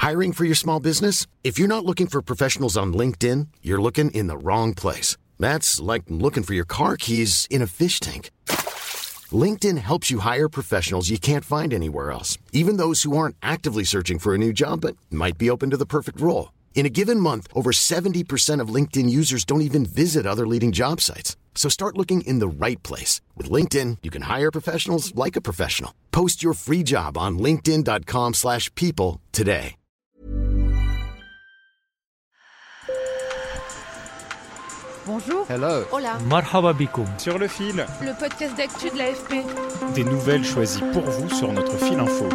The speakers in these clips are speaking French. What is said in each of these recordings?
Hiring for your small business? If you're not looking for professionals on LinkedIn, you're looking in the wrong place. That's like looking for your car keys in a fish tank. LinkedIn helps you hire professionals you can't find anywhere else, even those who aren't actively searching for a new job but might be open to the perfect role. In a given month, over 70% of LinkedIn users don't even visit other leading job sites. So start looking in the right place. With LinkedIn, you can hire professionals like a professional. Post your free job on linkedin.com/people today. Bonjour. Hello. Hola. Marhaba bikoum. Sur le fil. Le podcast d'actu de l'AFP. Des nouvelles choisies pour vous sur notre fil info.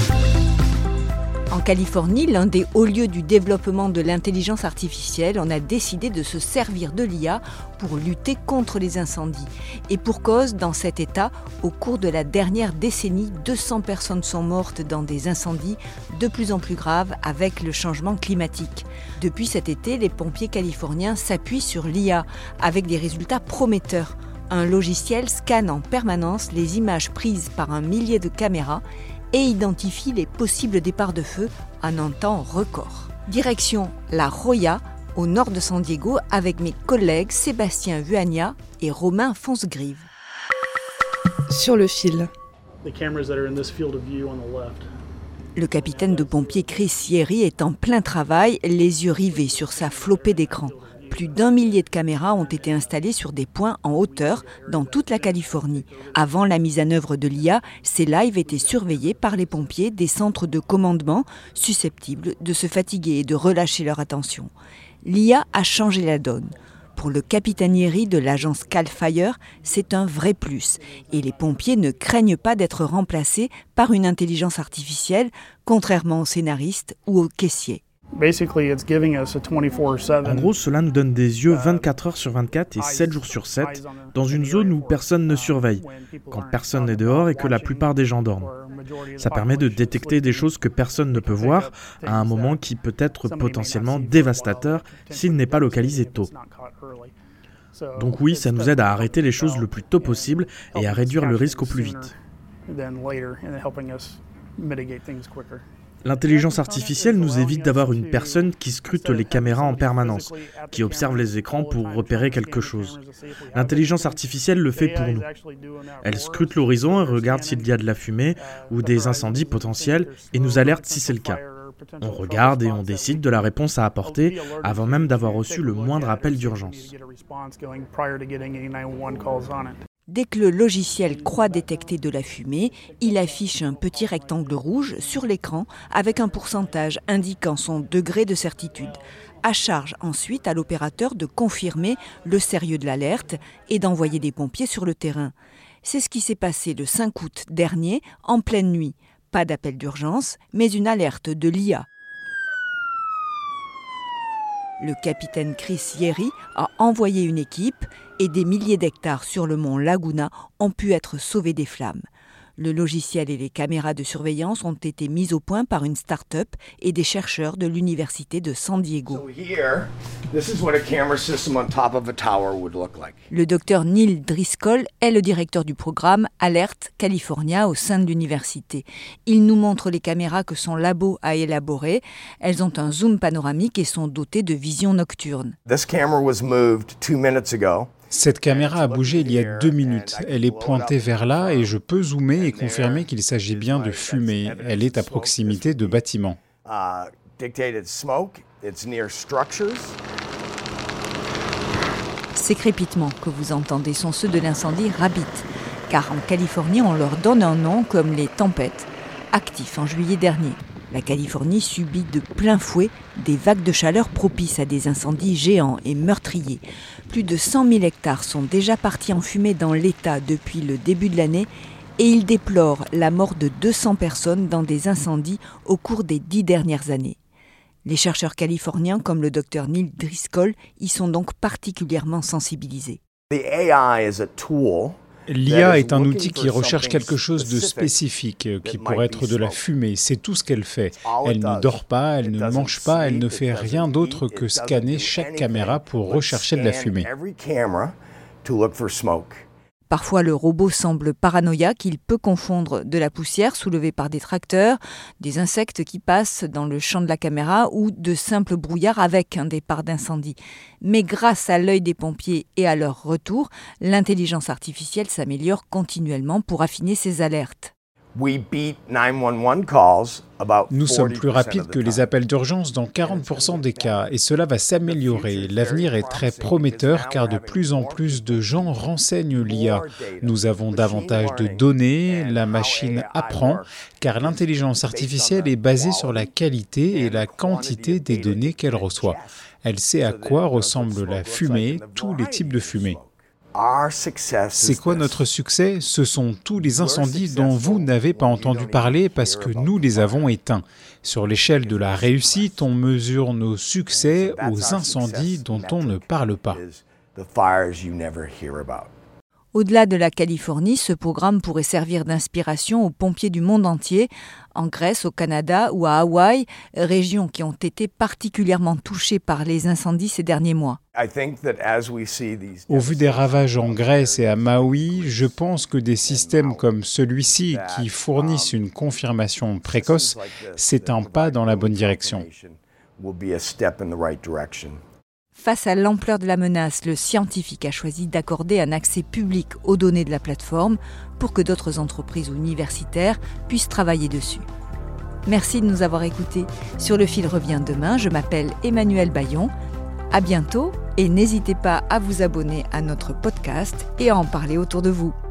En Californie, l'un des hauts lieux du développement de l'intelligence artificielle, on a décidé de se servir de l'IA pour lutter contre les incendies. Et pour cause, dans cet État, au cours de la dernière décennie, 200 personnes sont mortes dans des incendies de plus en plus graves avec le changement climatique. Depuis cet été, les pompiers californiens s'appuient sur l'IA avec des résultats prometteurs. Un logiciel scanne en permanence les images prises par un millier de caméras et identifie les possibles départs de feu en un temps record. Direction La Joya, au nord de San Diego, avec mes collègues Sébastien Vuagna et Romain Fonsgrive. Sur le fil. Le capitaine de pompiers Chris Yeri est en plein travail, les yeux rivés sur sa flopée d'écran. Plus d'1 millier de caméras ont été installées sur des points en hauteur dans toute la Californie. Avant la mise en œuvre de l'IA, ces lives étaient surveillés par les pompiers des centres de commandement susceptibles de se fatiguer et de relâcher leur attention. L'IA a changé la donne. Pour le capitaine Yeri de l'agence Cal Fire, c'est un vrai plus. Et les pompiers ne craignent pas d'être remplacés par une intelligence artificielle, contrairement aux scénaristes ou aux caissiers. En gros, cela nous donne des yeux 24 heures sur 24 et 7 jours sur 7 dans une zone où personne ne surveille, quand personne n'est dehors et que la plupart des gens dorment. Ça permet de détecter des choses que personne ne peut voir à un moment qui peut être potentiellement dévastateur s'il n'est pas localisé tôt. Donc oui, ça nous aide à arrêter les choses le plus tôt possible et à réduire le risque au plus vite. L'intelligence artificielle nous évite d'avoir une personne qui scrute les caméras en permanence, qui observe les écrans pour repérer quelque chose. L'intelligence artificielle le fait pour nous. Elle scrute l'horizon et regarde s'il y a de la fumée ou des incendies potentiels et nous alerte si c'est le cas. On regarde et on décide de la réponse à apporter avant même d'avoir reçu le moindre appel d'urgence. Dès que le logiciel croit détecter de la fumée, il affiche un petit rectangle rouge sur l'écran avec un pourcentage indiquant son degré de certitude. À charge ensuite à l'opérateur de confirmer le sérieux de l'alerte et d'envoyer des pompiers sur le terrain. C'est ce qui s'est passé le 5 août dernier, en pleine nuit. Pas d'appel d'urgence, mais une alerte de l'IA. Le capitaine Chris Yeri a envoyé une équipe et des milliers d'hectares sur le mont Laguna ont pu être sauvés des flammes. Le logiciel et les caméras de surveillance ont été mis au point par une start-up et des chercheurs de l'université de San Diego. Le docteur Neil Driscoll est le directeur du programme Alert California au sein de l'université. Il nous montre les caméras que son labo a élaborées. Elles ont un zoom panoramique et sont dotées de vision nocturne. Cette caméra a bougé il y a 2 minutes. Elle est pointée vers là et je peux zoomer et confirmer qu'il s'agit bien de fumée. Elle est à proximité de bâtiments. Ces crépitements que vous entendez sont ceux de l'incendie Rabbit, car en Californie, on leur donne un nom comme les tempêtes, actifs en juillet dernier. La Californie subit de plein fouet des vagues de chaleur propices à des incendies géants et meurtriers. Plus de 100 000 hectares sont déjà partis en fumée dans l'État depuis le début de l'année et il déplore la mort de 200 personnes dans des incendies au cours des 10 dernières années. Les chercheurs californiens comme le docteur Neil Driscoll y sont donc particulièrement sensibilisés. L'IA est un outil qui recherche quelque chose de spécifique, qui pourrait être de la fumée. C'est tout ce qu'elle fait. Elle ne dort pas, elle ne mange pas, elle ne fait rien d'autre que scanner chaque caméra pour rechercher de la fumée. Parfois, le robot semble paranoïaque, il peut confondre de la poussière soulevée par des tracteurs, des insectes qui passent dans le champ de la caméra ou de simples brouillards avec un départ d'incendie. Mais grâce à l'œil des pompiers et à leur retour, l'intelligence artificielle s'améliore continuellement pour affiner ses alertes. Nous sommes plus rapides que les appels d'urgence dans 40% des cas et cela va s'améliorer. L'avenir est très prometteur car de plus en plus de gens renseignent l'IA. Nous avons davantage de données, la machine apprend car l'intelligence artificielle est basée sur la qualité et la quantité des données qu'elle reçoit. Elle sait à quoi ressemble la fumée, tous les types de fumée. C'est quoi notre succès ? Ce sont tous les incendies dont vous n'avez pas entendu parler parce que nous les avons éteints. Sur l'échelle de la réussite, on mesure nos succès aux incendies dont on ne parle pas. Au-delà de la Californie, ce programme pourrait servir d'inspiration aux pompiers du monde entier, en Grèce, au Canada ou à Hawaï, régions qui ont été particulièrement touchées par les incendies ces derniers mois. Au vu des ravages en Grèce et à Maui, je pense que des systèmes comme celui-ci qui fournissent une confirmation précoce, c'est un pas dans la bonne direction. Face à l'ampleur de la menace, le scientifique a choisi d'accorder un accès public aux données de la plateforme pour que d'autres entreprises ou universitaires puissent travailler dessus. Merci de nous avoir écoutés. Sur le fil revient demain. Je m'appelle Emmanuelle Bayon. À bientôt et n'hésitez pas à vous abonner à notre podcast et à en parler autour de vous.